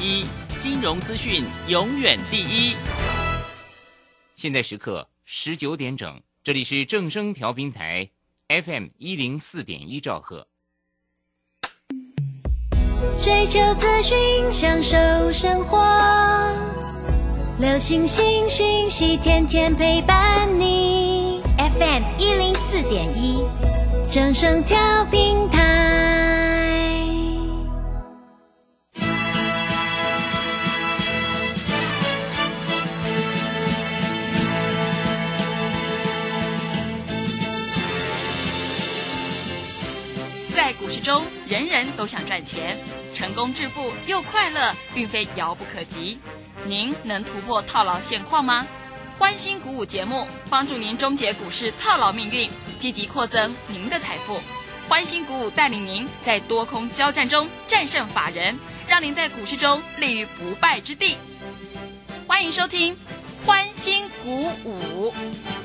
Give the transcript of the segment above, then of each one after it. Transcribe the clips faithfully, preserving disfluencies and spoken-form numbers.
一，金融资讯永远第一。现在时刻十九点整，这里是正声调频台 F M 一零四点一兆赫。 追求资讯，享受生活，流行新讯息，天天陪伴你。F M 一零四点一，正声调频台。 在股市中，人人都想赚钱，成功致富又快乐，并非遥不可及。您能突破套牢现况吗？欢欣鼓舞节目帮助您终结股市套牢命运，积极扩增您的财富。欢欣鼓舞带领您在多空交战中战胜法人，让您在股市中立于不败之地。欢迎收听欢欣鼓舞。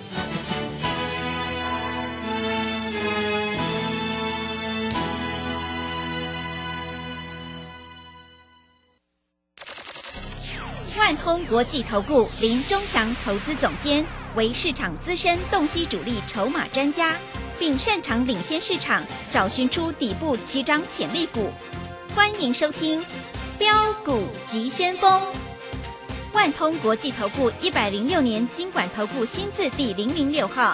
万通国际投顾林钟祥投资总监为市场资深洞悉主力筹码专家，并擅长领先市场，找寻出底部起涨潜力股。欢迎收听标股急先锋。万通国际投顾一百零六年金管投顾新字第零零六号。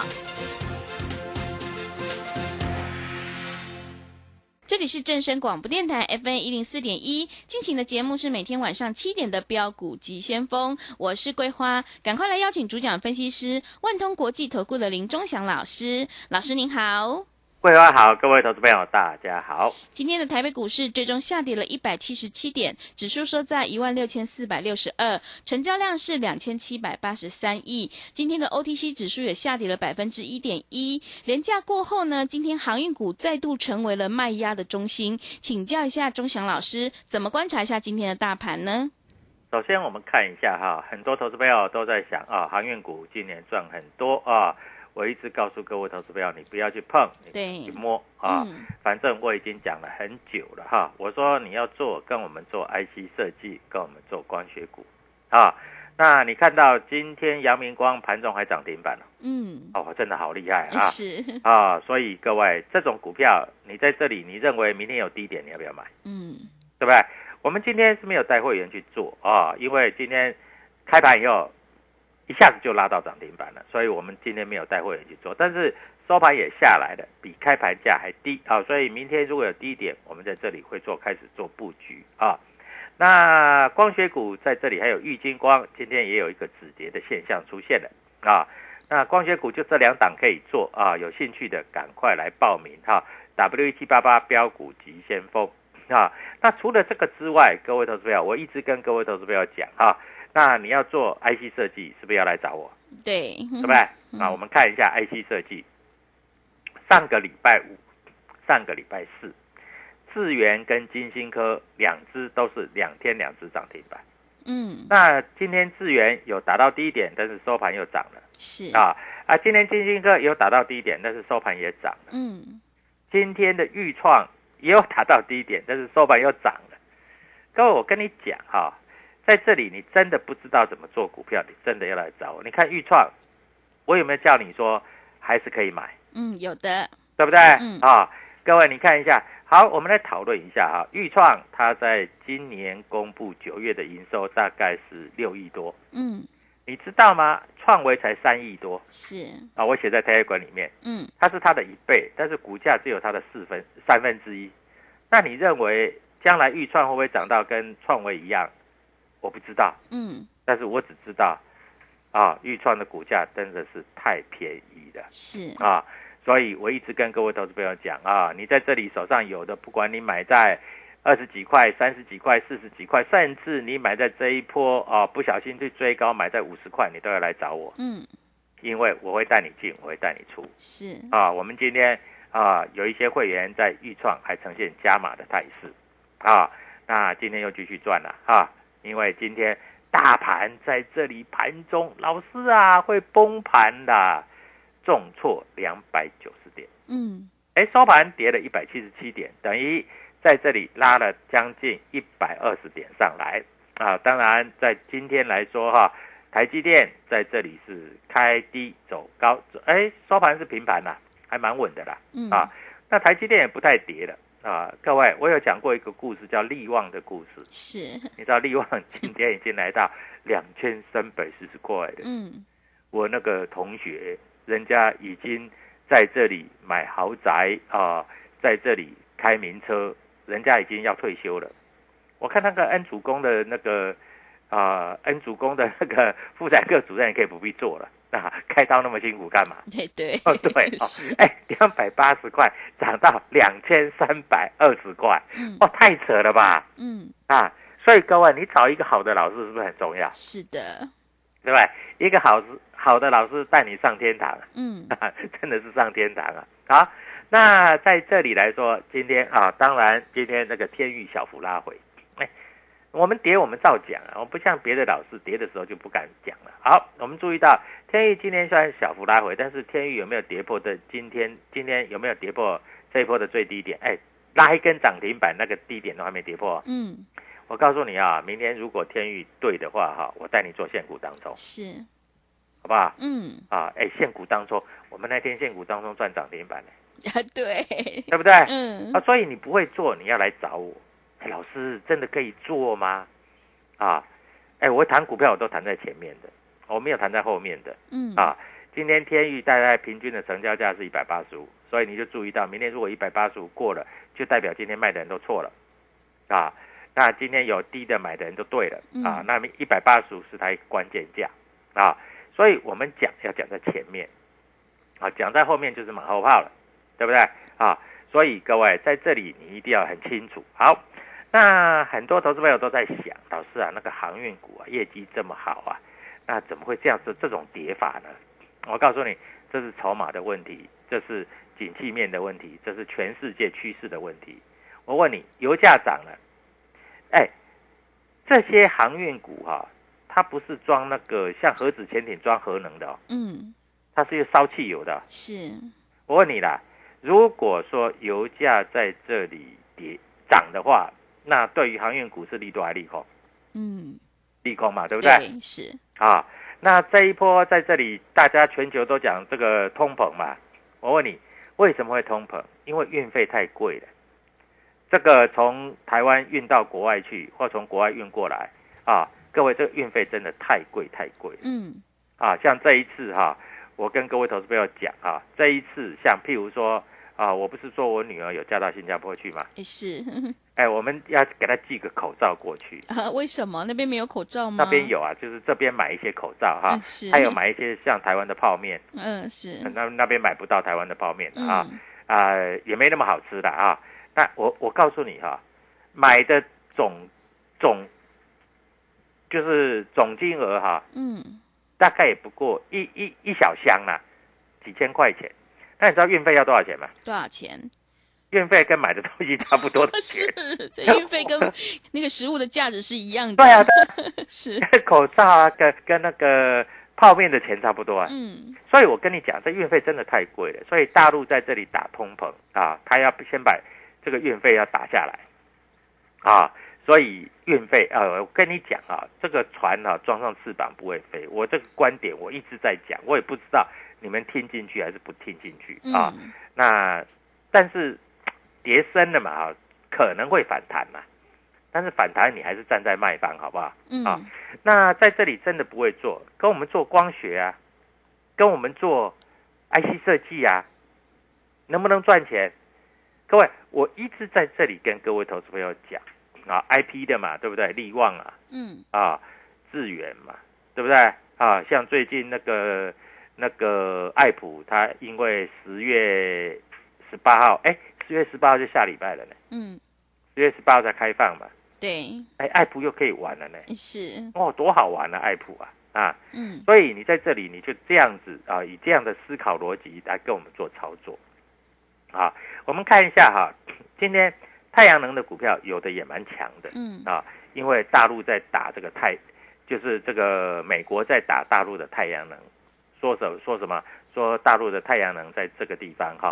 这里是正声广播电台 F M 一零四点一，进行的节目是每天晚上七点的标股急先锋，我是桂花，赶快来邀请主讲分析师万通国际投顾的林钟祥老师，老师您好。 桂花好，各位投资朋友大家好。 今天的台北股市最终下跌了一百七十七点，指数收在一万六千四百六十二，成交量是两千七百八十三亿。今天的 O T C 指数也下跌了百分之一点一。连假过后呢，今天航运股再度成为了卖压的中心。请教一下钟祥老师，怎么观察一下今天的大盘呢？ 首先我们看一下哈，很多投资朋友都在想啊，航运股今年赚很多啊。我一直告诉各位投资朋友，你不要去碰，你不要去摸啊、嗯！反正我已经讲了很久了哈。我说你要做，跟我们做 I C 设计，跟我们做光学股啊。那你看到今天阳明光盘中还涨停板了，嗯，哦，真的好厉害啊！ 是啊，所以各位这种股票，你在这里，你认为明天有低点，你要不要买？嗯，对不对？我们今天是没有带会员去做啊，因为今天开盘以后。一下子就拉到涨停板了，所以我们今天没有带会员去做，但是收盘也下来了，比开盘价还低啊，所以明天如果有低点，我们在这里会做开始做布局啊。那光学股在这里还有玉晶光，今天也有一个止跌的现象出现了啊。那光学股就这两档可以做啊，有兴趣的赶快来报名哈 ，W 一七八八标股急先锋啊。那除了这个之外，各位投资朋友，我一直跟各位投资朋友讲哈。那你要做 I C 设计，是不是要来找我？ 对， 对不对？嗯、啊，我们看一下 I C 设计。上个礼拜五、上个礼拜四，智原跟金星科两只都是两天两只涨停板。嗯，那今天智原有达到低点，但是收盘又涨了。 是啊啊，今天金星科有达到低点，但是收盘也涨了。嗯，今天的裕创也有达到低点，但是收盘又涨了。各位，我跟你讲哈。在这里，你真的不知道怎么做股票，你真的要来找我。你看裕创，我有没有叫你说还是可以买？ 嗯，有的， 对不对？嗯啊，各位你看一下。好，我们来讨论一下哈。裕创它在今年公布九月的营收大概是六亿多。嗯，你知道吗？创维才三亿多。 是啊，我写在台管里面。嗯，它是它的一倍，但是股价只有它的四分三分之一。那你认为将来裕创会不会涨到跟创维一样？我不知道，嗯，但是我只知道，啊，裕创的股价真的是太便宜了， 是啊，所以我一直跟各位投资朋友讲啊，你在这里手上有的，不管你买在二十几块、三十几块、四十几块，甚至你买在这一波啊，不小心去追高买在五十块，你都要来找我，嗯，因为我会带你进，我会带你出， 是啊，我们今天啊有一些会员在裕创还呈现加码的态势，啊，那今天又继续赚了啊。因为今天大盘在这里盘中，老师啊会崩盘的，重挫两百九十点，嗯，哎，收盘跌了一百七十七点，等于在这里拉了将近一百二十点上来啊。当然，在今天来说哈，台积电在这里是开低走高，哎，收盘是平盘啦，还蛮稳的啦。嗯啊，那台积电也不太跌了啊。各位，我有讲过一个故事，叫力旺的故事。 是， 你知道力旺今天已经来到两千三百四十块了。嗯，我那个同学，人家已经在这里买豪宅啊，在这里开名车，人家已经要退休了。我看那个恩主公的那个啊，恩主公的那个妇产科主任也可以不必做了。啊，开刀那么辛苦干嘛？ 对对， 哦对，哦，哎，两百八十块涨到两千三百二十块，嗯，哦，太扯了吧？嗯，啊，所以各位，你找一个好的老师是不是很重要？ 是的， 对不对？一个好好的老师带你上天堂，嗯，啊，真的是上天堂啊！好，那在这里来说，今天啊，当然今天那个天钰小幅拉回。我们跌我们照讲啊，我不像别的老师跌的时候就不敢讲了。好，我们注意到天钰今天虽然小幅拉回，但是天钰有没有跌破的？今天今天有没有跌破这一波的最低点？哎，拉一根涨停板，那个低点都还没跌破。嗯，我告诉你啊，明天如果天钰对的话哈，我带你做现股当中， 是， 好不好？嗯，啊，哎，现股当中，我们那天现股当中赚涨停板呢， 啊，对， 对不对？嗯，啊，所以你不会做，你要来找我。老师真的可以做吗？啊，哎，我谈股票我都谈在前面的，我没有谈在后面的。嗯啊，今天天钰大概平均的成交价是一百八十五，所以你就注意到，明天如果一百八十五过了，就代表今天卖的人都错了啊。那今天有低的买的人就对了啊。那一百八十五是它关键价啊，所以我们讲要讲在前面啊，讲在后面就是马后炮了，对不对啊？所以各位在这里你一定要很清楚。好。那很多投资朋友都在想，老师啊，那个航运股啊，业绩这么好啊，那怎么会这样子这种跌法呢？我告诉你，这是筹码的问题，这是景气面的问题，这是全世界趋势的问题。我问你，油价涨了，哎，这些航运股哈、啊，它不是装那个像核子潜艇装核能的哦，嗯，它是烧汽油的。是，我问你啦，如果说油价在这里跌涨的话，那对于航运股是利多还是利空？嗯，利空嘛，对不对？ 对，是啊。那这一波在这里，大家全球都讲这个通膨嘛。我问你，为什么会通膨？因为运费太贵了。这个从台湾运到国外去，或从国外运过来啊，各位，这个运费真的太贵太贵了。嗯，啊，像这一次哈、啊，我跟各位投资朋友讲啊，这一次像譬如说啊，我不是说我女儿有嫁到新加坡去吗？ 是。 哎，我们要给他寄个口罩过去啊？为什么那边没有口罩吗？ 那边有啊，就是这边买一些口罩哈，是还有买一些像台湾的泡面，嗯，是那那边买不到台湾的泡面啊，啊、呃、也没那么好吃的啊。那我我告诉你哈，买的总总就是总金额哈，嗯，大概也不过一一一小箱啦，几千块钱。那你知道运费要多少钱吗？ 多少钱？ 运费跟买的东西差不多的钱， 是这运费跟那个食物的价值是一样的。 对啊， 是口罩啊，跟跟那个泡面的钱差不多啊。嗯，所以我跟你讲，这运费真的太贵了。所以大陆在这里打通膨啊，他要先把这个运费要打下来啊。所以运费啊，我跟你讲啊，这个船啊装上翅膀不会飞。我这个观点我一直在讲，我也不知道你们听进去还是不听进去啊。嗯、那但是。跌深了嘛，可能会反弹嘛，但是反弹你还是站在卖方，好不好？嗯啊，那在这里真的不会做，跟我们做光学啊，跟我们做 I C 设计啊，能不能赚钱？各位，我一直在这里跟各位投资朋友讲啊 ，I P 的嘛，对不对？力旺啊，嗯啊，智原嘛，对不对？啊，像最近那个那个爱普，它因为十月十八号，哎。十月十八号就下礼拜了呢，嗯，十月十八号才开放嘛， 对， 哎，爱普又可以玩了呢， 是， 哦，多好玩啊，爱普啊，啊，嗯，所以你在这里你就这样子啊，以这样的思考逻辑来跟我们做操作，好，我们看一下哈，今天太阳能的股票有的也蛮强的，嗯，啊，因为大陆在打这个太，就是这个美国在打大陆的太阳能，说什说什么？说大陆的太阳能在这个地方哈。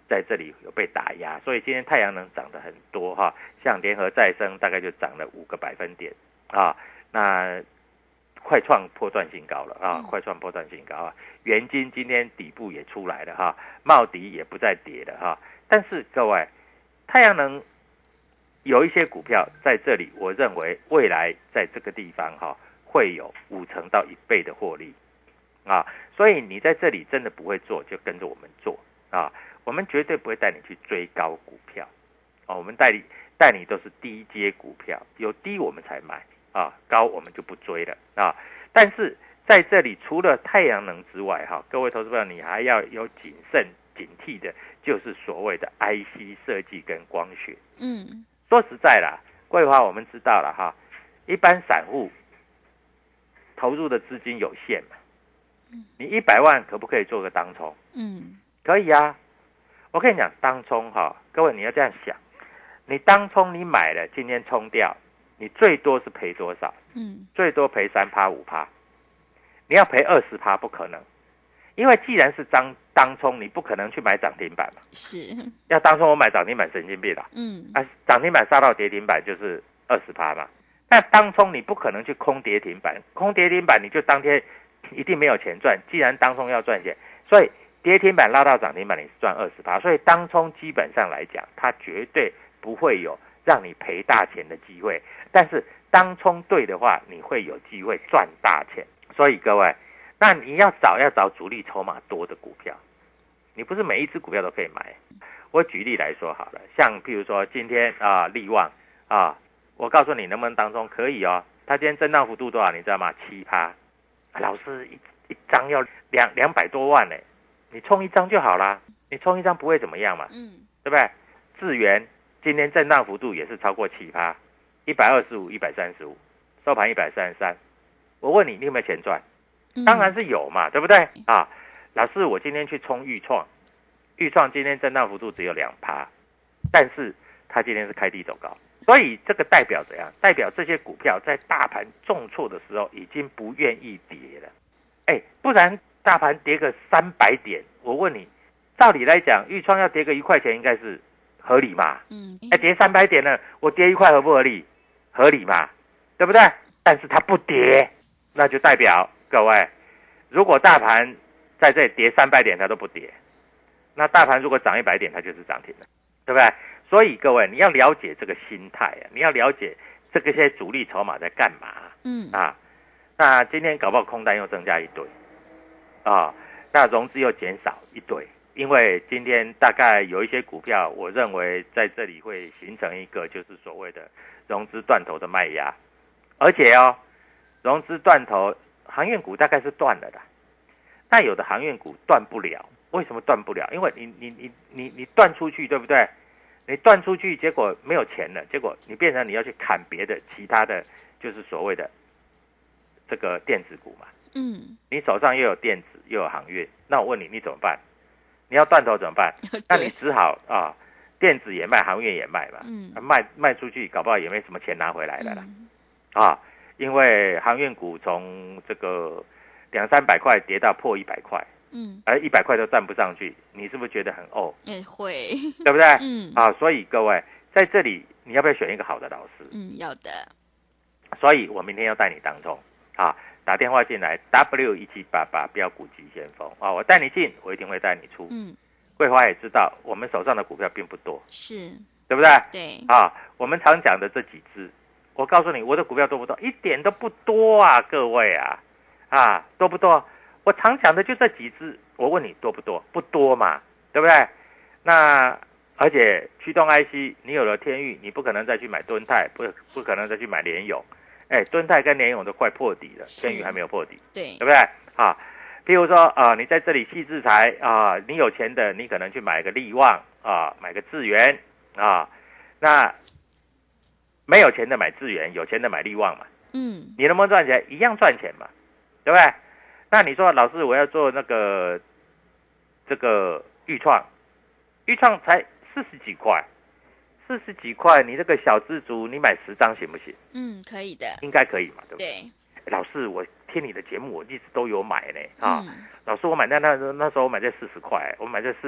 在这里有被打压，所以今天太阳能涨得很多哈，像联合再生大概就涨了五个百分点啊，那快创波段新高了啊，快创波段新高啊，元晶今天底部也出来了哈，茂迪也不再跌了哈，但是各位，太阳能有一些股票在这里，我认为未来在这个地方哈会有五成到一倍的获利啊，所以你在这里真的不会做，就跟着我们做啊，我们绝对不会带你去追高股票啊，我们带你带你都是低阶股票，有低我们才买啊，高我们就不追了啊。但是在这里除了太阳能之外哈，各位投资朋友你还要有谨慎警惕的，就是所谓的 I C 设计跟光学。嗯，说实在啦，桂花我们知道了哈，一般散户投入的资金有限嘛，你一百万可不可以做个当冲？嗯，可以啊。我跟你讲，当冲哈，各位你要这样想，你当冲你买了，今天冲掉，你最多是赔多少？嗯，最多赔三趴五趴，你要赔二十趴不可能，因为既然是当当冲，你不可能去买涨停板嘛。是，要当冲我买涨停板神经病了。嗯，啊，涨停板杀到跌停板就是二十趴嘛。那当冲你不可能去空跌停板，空跌停板你就当天一定没有钱赚。既然当冲要赚钱，所以跌停板拉到涨停板你是赚二十趴，所以当冲基本上来讲，它绝对不会有让你赔大钱的机会。但是当冲对的话，你会有机会赚大钱。所以各位，那你要找要找主力筹码多的股票，你不是每一只股票都可以买。我举例来说好了，像譬如说今天啊力旺啊，我告诉你能不能当冲，可以哦。它今天震荡幅度多少你知道吗？七趴。老师一一张要两两百多万呢，你冲一张就好啦，你冲一张不会怎么样嘛，嗯，对不对？智原今天震荡幅度也是超过七趴，一百二十五、一百三十五，收盘一百三十三。我问你，你有没有钱赚？当然是有嘛，对不对？啊，老师，我今天去冲裕创，裕创今天震荡幅度只有两趴，但是它今天是开低走高，所以这个代表怎样？代表这些股票在大盘重挫的时候已经不愿意跌了，哎，不然大盘跌个三百点，我问你，照理来讲，裕创要跌个一块钱应该是合理嘛？嗯，哎，跌三百点了，我跌一块合不合理？合理嘛，对不对？但是它不跌，那就代表各位，如果大盘在这里跌三百点它都不跌，那大盘如果涨一百点它就是涨停了，对不对？所以各位你要了解这个心态啊，你要了解这个些主力筹码在干嘛。嗯啊，那今天搞不好空单又增加一堆啊，那融资又减少一堆，因为今天大概有一些股票，我认为在这里会形成一个就是所谓的融资断头的卖压，而且哦，融资断头，航运股大概是断了的，但有的航运股断不了，为什么断不了？因为你你你你你断出去，对不对？你断出去，结果没有钱了，结果你变成你要去砍别的其他的，就是所谓的这个电子股嘛。嗯，你手上又有电子又有航运，那我问你，你怎么办？你要断头怎么办？那你只好啊，电子也卖，航运也卖嘛。嗯，卖卖出去，搞不好也没什么钱拿回来了啦。嗯、啊，因为航运股从这个两三百块跌到破一百块。嗯，而一百块都站不上去，你是不是觉得很哦？也会，对不对？嗯，啊，所以各位在这里，你要不要选一个好的老师？嗯，要的。所以我明天要带你当冲啊，打电话进来 W 一七八八标股急先锋啊，我带你进，我一定会带你出。嗯，桂花也知道，我们手上的股票并不多，是，对不对？对，啊，我们常讲的这几只，我告诉你，我的股票多不多？一点都不多啊，各位啊，啊，多不多？我常讲的就这几只，我问你多不多？不多嘛，对不对？那而且驱动 I C， 你有了天鈺，你不可能再去买敦泰，不不可能再去买联咏。哎，敦泰跟联咏都快破底了，天鈺还没有破底，对，对不对？啊，譬如说啊、呃，你在这里细制裁啊，你有钱的，你可能去买个力旺啊，买个智原啊，那没有钱的买智原，有钱的买力旺嘛。嗯，你能不能赚钱？一样赚钱嘛，对不对？那你说老师我要做那个这个裕创，裕创才四十几块，四十几块，你这个小资族你买十张行不行？嗯，可以的，应该可以嘛，对不对？对，老师我听你的节目我一直都有买呢啊，嗯、老师我买在那那时候我买在四十块，我买在四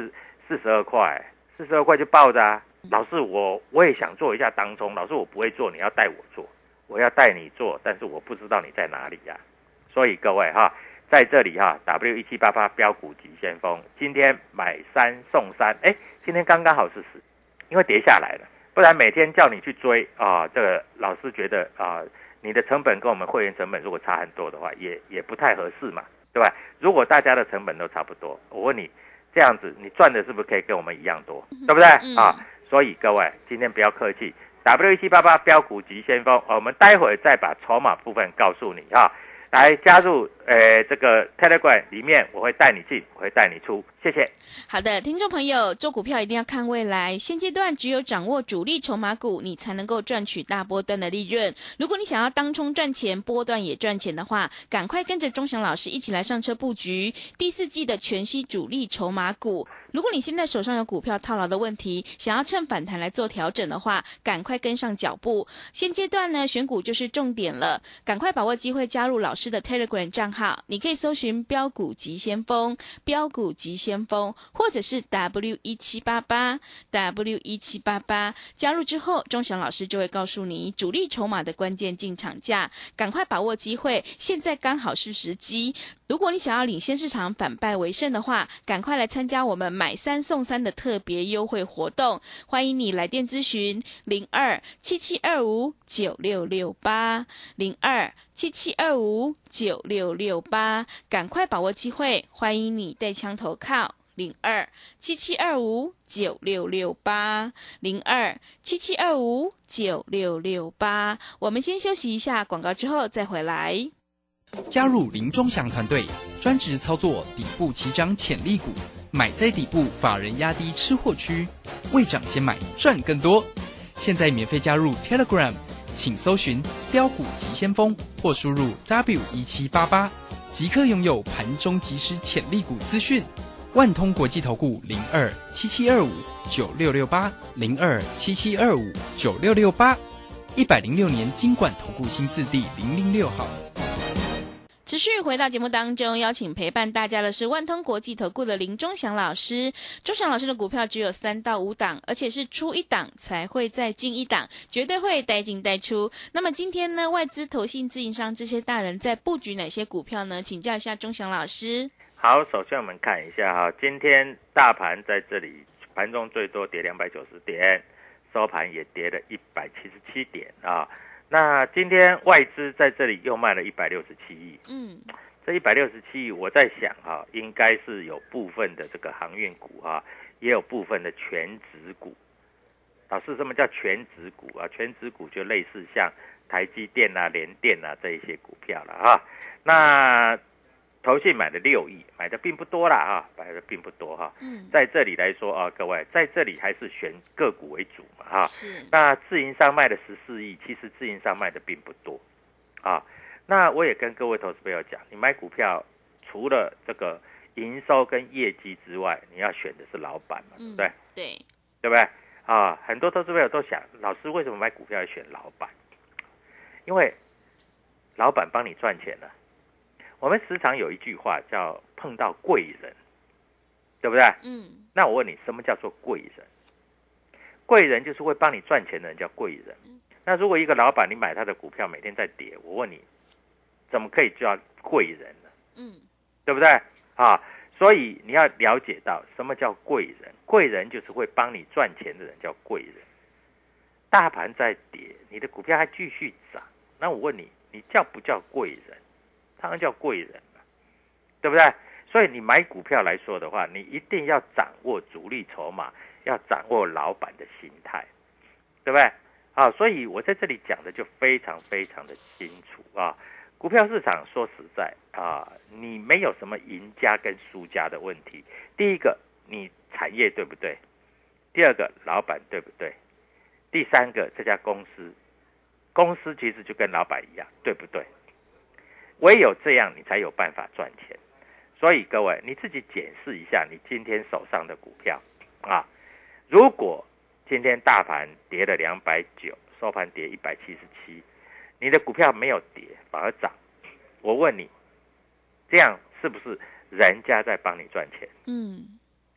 四十二块，四十二块就抱着啊。老师我我也想做一下当冲，老师我不会做，你要带我做，我要带你做，但是我不知道你在哪里呀、啊。所以各位哈，在这里哈 ，W 一七八八标股急先锋，今天买三送三，哎，今天刚刚好是十，因为跌下来了，不然每天叫你去追啊，这个老师觉得啊，你的成本跟我们会员成本如果差很多的话，也也不太合适嘛，对吧？如果大家的成本都差不多，我问你，这样子你赚的是不是可以跟我们一样多，对不对、嗯、啊？所以各位今天不要客气 ，W 一七八八标股急先锋，我们待会再把筹码部分告诉你哈。来加入呃这个 Telegram 里面，我会带你进，我会带你出，谢谢。 好的，听众朋友，做股票一定要看未来，现阶段只有掌握主力筹码股，你才能够赚取大波段的利润。如果你想要当冲赚钱，波段也赚钱的话，赶快跟着钟祥老师一起来上车布局第四季的全息主力筹码股。如果你现在手上有股票套牢的问题，想要趁反弹来做调整的话，赶快跟上脚步。现阶段呢，选股就是重点了，赶快把握机会加入老师的 Telegram 账号，你可以搜寻标股急先锋、标股急先锋，或者是 W 一七八八 W 一七八八， 加入之后，钟祥老师就会告诉你主力筹码的关键进场价，赶快把握机会，现在刚好是时机。如果你想要领先市场反败为胜的话，赶快来参加我们买三送三的特别优惠活动，欢迎你来电咨询零二七七二五九六六八 零二七七二五九六六八，赶快把握机会，欢迎你带枪投靠零二七七二五九六六八 零二七七二五九六六八。我们先休息一下广告，之后再回来。 加入林钟祥团队，专职操作底部起涨潜力股，买在底部，法人压低吃货区，未涨先买赚更多。现在免费加入 Telegram， 请搜寻标股急先锋或输入 W 一七八八， 即刻拥有盘中即时潜力股资讯。万通国际投顾零二七七二五九六六八 零二七七二五九六六八，一百零六年金管投顾新字第零零六号。 持续回到节目当中，邀请陪伴大家的是万通国际投顾的林钟祥老师。钟祥老师的股票只有三到五档，而且是出一档才会再进一档，绝对会带进带出。那么今天呢，外资、投信、自营商这些大人在布局哪些股票呢？请教一下钟祥老师。 好，首先我们看一下哈，今天大盘在这里盘中最多跌两百九十点，收盘也跌了一百七十七点啊。那今天外资在这里又卖了一百六十七亿，嗯，这一百六十七亿，我在想哈、啊，应该是有部分的这个航运股啊，也有部分的全指股。老师，什么叫全指股啊？全指股就类似像台积电啊、联电啊这一些股票了啊。那投信买了六亿，买的并不多啦啊，买的并不多哈。嗯，在这里来说啊，各位，在这里还是选个股为主嘛哈。是。那自营商卖了十四亿，其实自营商卖的并不多啊。那我也跟各位投资朋友讲，你买股票除了这个营收跟业绩之外，你要选的是老板嘛，对不对？对。对不对？啊，很多投资朋友都想，老师为什么买股票要选老板？因为老板帮你赚钱了。我们时常有一句话叫碰到贵人，对不对？嗯。那我问你，什么叫做贵人？贵人就是会帮你赚钱的人叫贵人。那如果一个老板你买他的股票每天在跌，我问你，怎么可以叫贵人呢？嗯，对不对？啊，所以你要了解到什么叫贵人。贵人就是会帮你赚钱的人叫贵人。大盘在跌，你的股票还继续涨，那我问你，你叫不叫贵人？当然叫贵人了，对不对？所以你买股票来说的话，你一定要掌握主力筹码，要掌握老板的心态，对不对？啊，所以我在这里讲的就非常非常的清楚啊。股票市场说实在啊，你没有什么赢家跟输家的问题。第一个，你产业对不对？第二个，老板对不对？第三个，这家公司，公司其实就跟老板一样，对不对？唯有这样，你才有办法赚钱。所以各位，你自己检视一下你今天手上的股票啊。如果今天大盘跌了两百九十，收盘跌一百七十七，你的股票没有跌，反而涨，我问你，这样是不是人家在帮你赚钱？嗯，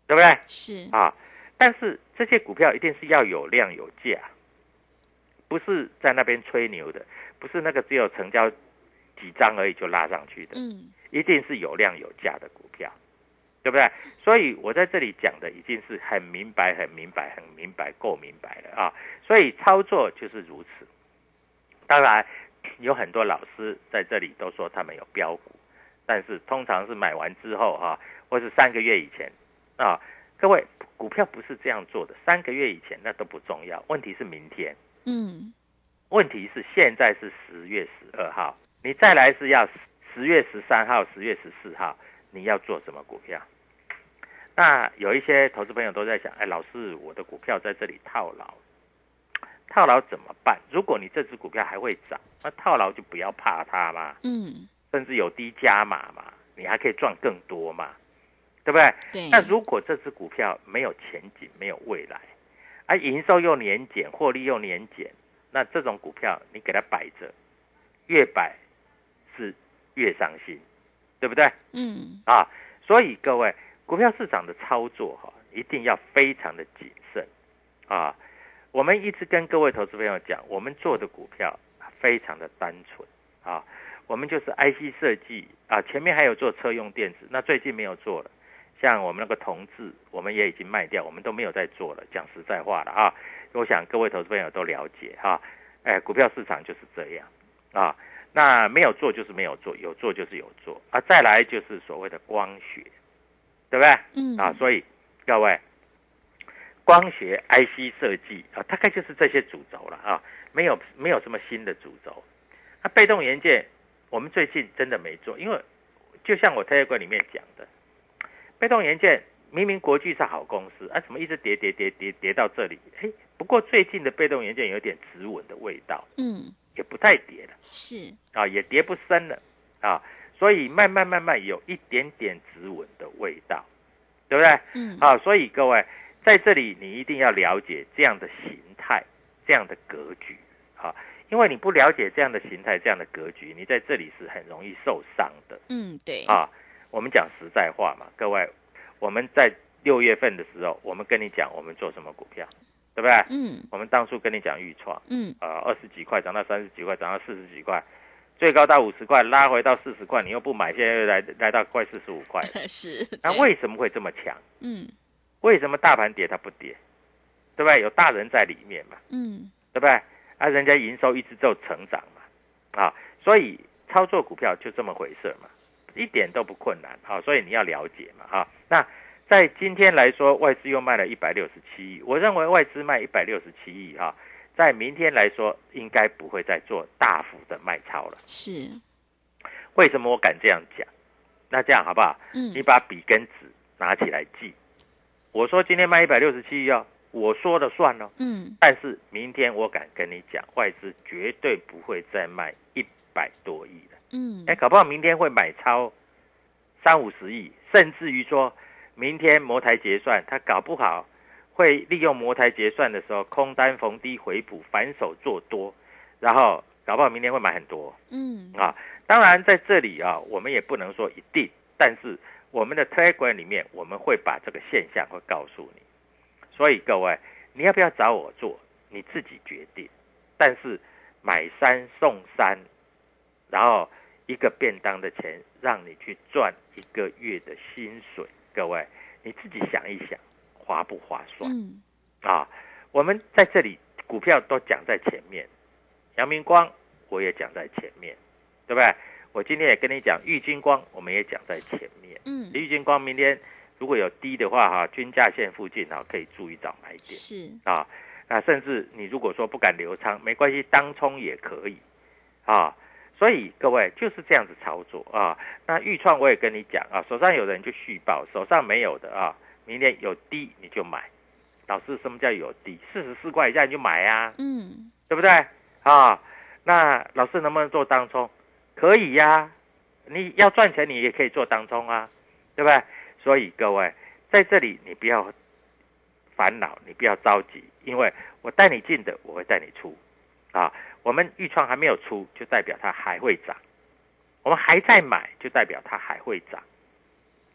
对不对？ 是啊，但是这些股票一定是要有量有价，不是在那边吹牛的，不是那个只有成交几张而已就拉上去的， 嗯， 一定是有量有价的股票，对不对？所以我在这里讲的已经是很明白、很明白、很明白、够明白了啊。所以操作就是如此。当然，有很多老师在这里都说他们有标股，但是通常是买完之后哈、啊，或是三个月以前啊。各位，股票不是这样做的，三个月以前那都不重要，问题是明天。 嗯， 问题是现在是十月十二号，你再来是要十月十三号、十月十四号，你要做什么股票？那有一些投资朋友都在想，哎，老师，我的股票在这里套牢，套牢怎么办？如果你这只股票还会涨，那套牢就不要怕它嘛， 嗯， 甚至有低加码嘛，你还可以赚更多嘛，对不对？ 对。 那如果这只股票没有前景、没有未来，啊，营收又年减，获利又年减，那这种股票你给它摆着，越摆是越伤心，对不对？ 嗯， 啊，所以各位，股票市场的操作哈、啊，一定要非常的谨慎啊。我们一直跟各位投资朋友讲，我们做的股票非常的单纯啊，我们就是 I C 设计啊，前面还有做车用电子，那最近没有做了。像我们那个同志，我们也已经卖掉，我们都没有在做了。讲实在话了啊，我想各位投资朋友都了解哈、啊，哎，股票市场就是这样啊。那没有做就是没有做，有做就是有做啊。再来就是所谓的光学，对不对？ 嗯啊，所以各位，光学 I C 设计啊，大概就是这些主轴了啊，没有没有什么新的主轴。那、啊、被动元件，我们最近真的没做，因为就像我 Telegram 里面讲的。被动元件明明国巨是好公司啊，怎么一直跌跌跌跌跌到这里？嘿，不过最近的被动元件有点止稳的味道， 嗯， 也不太跌了， 是啊，也跌不深了啊，所以慢慢慢慢有一点点止稳的味道，对不对？ 嗯， 啊，所以各位在这里你一定要了解这样的形态、这样的格局啊，因为你不了解这样的形态、这样的格局，你在这里是很容易受伤的。 嗯，对啊。我们讲实在话嘛，各位，我们在六月份的时候，我们跟你讲我们做什么股票，对不对？ 嗯， 我们当初跟你讲预创， 嗯， 呃，二十几块涨到三十几块，涨到四十几块，最高到五十块，拉回到四十块，你又不买，现在又来来到快四十五块， 是。 那为什么会这么强？ 嗯， 为什么大盘跌它不跌？对不对？有大人在里面嘛， 嗯， 对不对？啊，人家营收一直就成长嘛，啊，所以操作股票就这么回事嘛。一点都不困难啊，所以你要了解嘛啊。那在今天来说，外资又卖了一百六十七亿，我认为外资卖一百六十七亿哈，在明天来说应该不会再做大幅的卖超了。 是， 为什么我敢这样讲？那这样好不好？ 嗯， 你把笔跟纸拿起来记。我说今天卖一百六十七亿哦，我说了算哦。 嗯， 但是明天我敢跟你讲，外资绝对不会再卖一百多亿了。 嗯， 哎，搞不好明天会买超三五十亿，甚至于说明天摩台结算，他搞不好会利用摩台结算的时候空单逢低回补，反手做多，然后搞不好明天会买很多。 嗯， 啊，当然在这里啊，我们也不能说一定，但是我们的 Telegram 里面我们会把这个现象会告诉你。所以各位，你要不要找我做，你自己决定。但是买三送三，然后一个便当的钱让你去赚一个月的薪水，各位你自己想一想，划不划算？ 嗯， 啊，我们在这里股票都讲在前面，阳明光我也讲在前面，对不对？我今天也跟你讲玉晶光，我们也讲在前面。 嗯， 玉晶光明天如果有低的话哈，均价线附近啊可以注意找买点。 是啊，那甚至你如果说不敢留仓，没关系，当冲也可以啊。所以各位就是这样子操作啊。那预创我也跟你讲啊，手上有人就续报，手上没有的啊，明天有低你就买。老师，什么叫有低？四十四块以下你就买啊， 嗯， 对不对啊？那老师能不能做当冲？可以呀、啊，你要赚钱你也可以做当冲啊，对不对？所以各位在这里你不要烦恼，你不要着急，因为我带你进的我会带你出啊。我们预创还没有出，就代表它还会涨；我们还在买，就代表它还会涨，对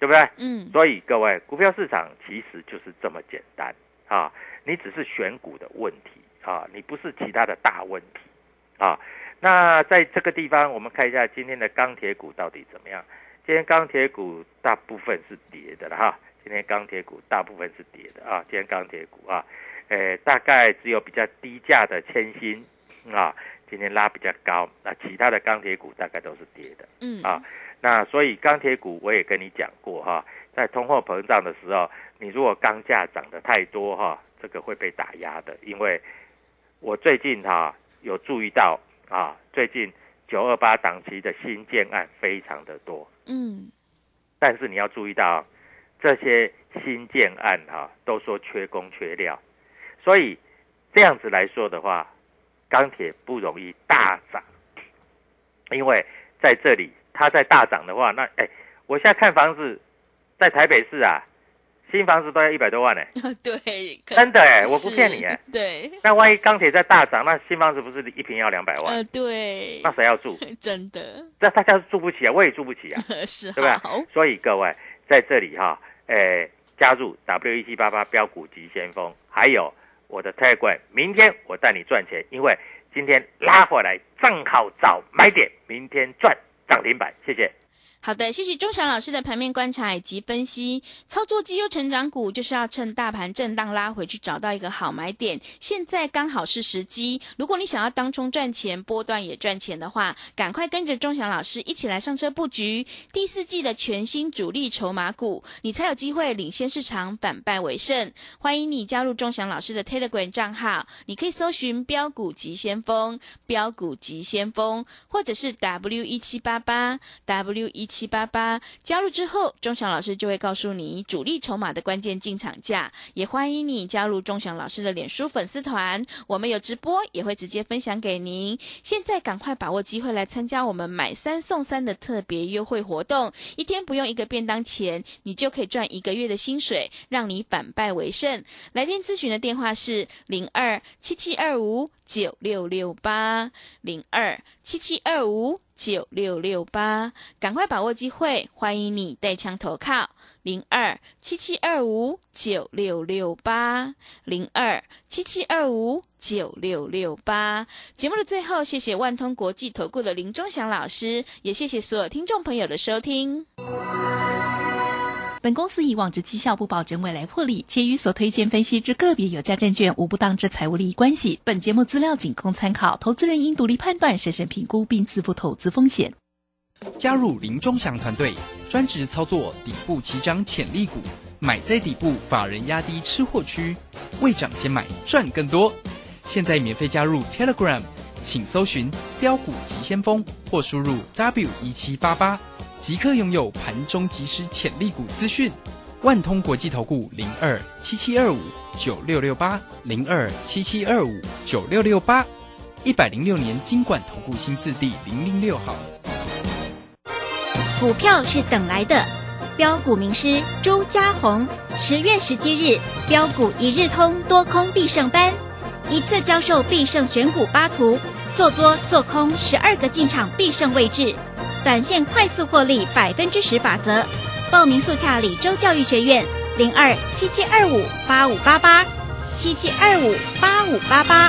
对不对？ 嗯， 所以各位，股票市场其实就是这么简单啊，你只是选股的问题啊，你不是其他的大问题啊。那在这个地方，我们看一下今天的钢铁股到底怎么样。今天钢铁股大部分是跌的了哈，今天钢铁股大部分是跌的啊。今天钢铁股啊，呃，大概只有比较低价的千欣啊，今天拉比较高，那其他的钢铁股大概都是跌的， 嗯啊，那所以钢铁股我也跟你讲过哈，在通货膨胀的时候，你如果钢价涨得太多哈，这个会被打压的，因为我最近哈有注意到啊，最近九二八档期的新建案非常的多， 嗯， 但是你要注意到这些新建案哈都说缺工缺料，所以这样子来说的话，钢铁不容易大涨，因为在这里它在大涨的话，那哎，我现在看房子在台北市啊，新房子都要一百多万呢、欸。 对， 真的哎、欸，我不骗你哎、欸。 对。 那万一钢铁在大涨，那新房子不是一坪要两百万？ 呃，对。 那谁要住？ 真的。 这大家住不起啊，我也住不起啊， 是， 对吧？所以各位在这里哈，诶，加入 W 一七八八标股急先锋，还有我的 Telegram， 明天我带你赚钱，因为今天拉回来正好找买点，明天赚涨停板，谢谢。 好的，谢谢钟祥老师的盘面观察以及分析。操作绩优成长股就是要趁大盘震荡拉回去找到一个好买点，现在刚好是时机。如果你想要当冲赚钱，波段也赚钱的话，赶快跟着钟祥老师一起来上车布局第四季的全新主力筹码股，你才有机会领先市场，反败为胜。欢迎你加入钟祥老师的 Telegram 账号，你可以搜寻标股急先锋、标股急先锋，或者是 W 一七八八 W 一七八八，加入之后，钟祥老师就会告诉你主力筹码的关键进场价。也欢迎你加入钟祥老师的脸书粉丝团，我们有直播，也会直接分享给您。现在赶快把握机会来参加我们买三送三的特别优惠活动，一天不用一个便当钱，你就可以赚一个月的薪水，让你反败为胜。来电咨询的电话是零二七七二五九六六八零二七七二五九六六八，赶快把握机会，欢迎你带枪投靠零二七七二五九六六八零二七七二五九六六八。节目的最后，谢谢万通国际投顾的林钟祥老师，也谢谢所有听众朋友的收听。 本公司以往之绩效不保证未来获利，且与所推荐分析之个别有价证券无不当之财务利益关系。本节目资料仅供参考，投资人应独立判断、审慎评估并自负投资风险。 加入林钟祥团队，专职操作底部起涨潜力股，买在底部，法人压低吃货区，未涨先买赚更多。现在免费加入 Telegram， 请搜寻标股急先锋或输入 W 一七八八。即刻拥有盘中即时潜力股资讯，万通国际投顾零二七七二五九六六八零二七七二五九六六八，一百零六年金管投顾新字第零零六号。 股票是等来的，标股名师朱家红，十月十七日标股一日通多空必胜班，一次教授必胜选股八图，做多做空十二个进场必胜位置。短线快速获利百分之十法则，报名速洽李州教育学院零二七七二五八五八八七七二五八五八八。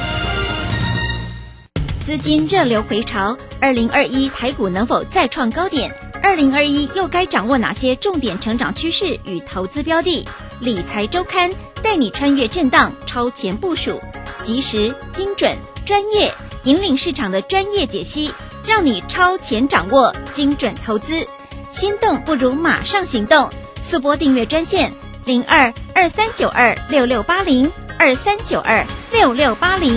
资金热流回潮，二零二一台股能否再创高点？二零二一又该掌握哪些重点成长趋势与投资标的？理财周刊带你穿越震荡，超前部署，及时、精准、专业，引领市场的专业解析。让你超前掌握精准投资，心动不如马上行动。速拨订阅专线零二二三九二六六八零二三九二六六八零。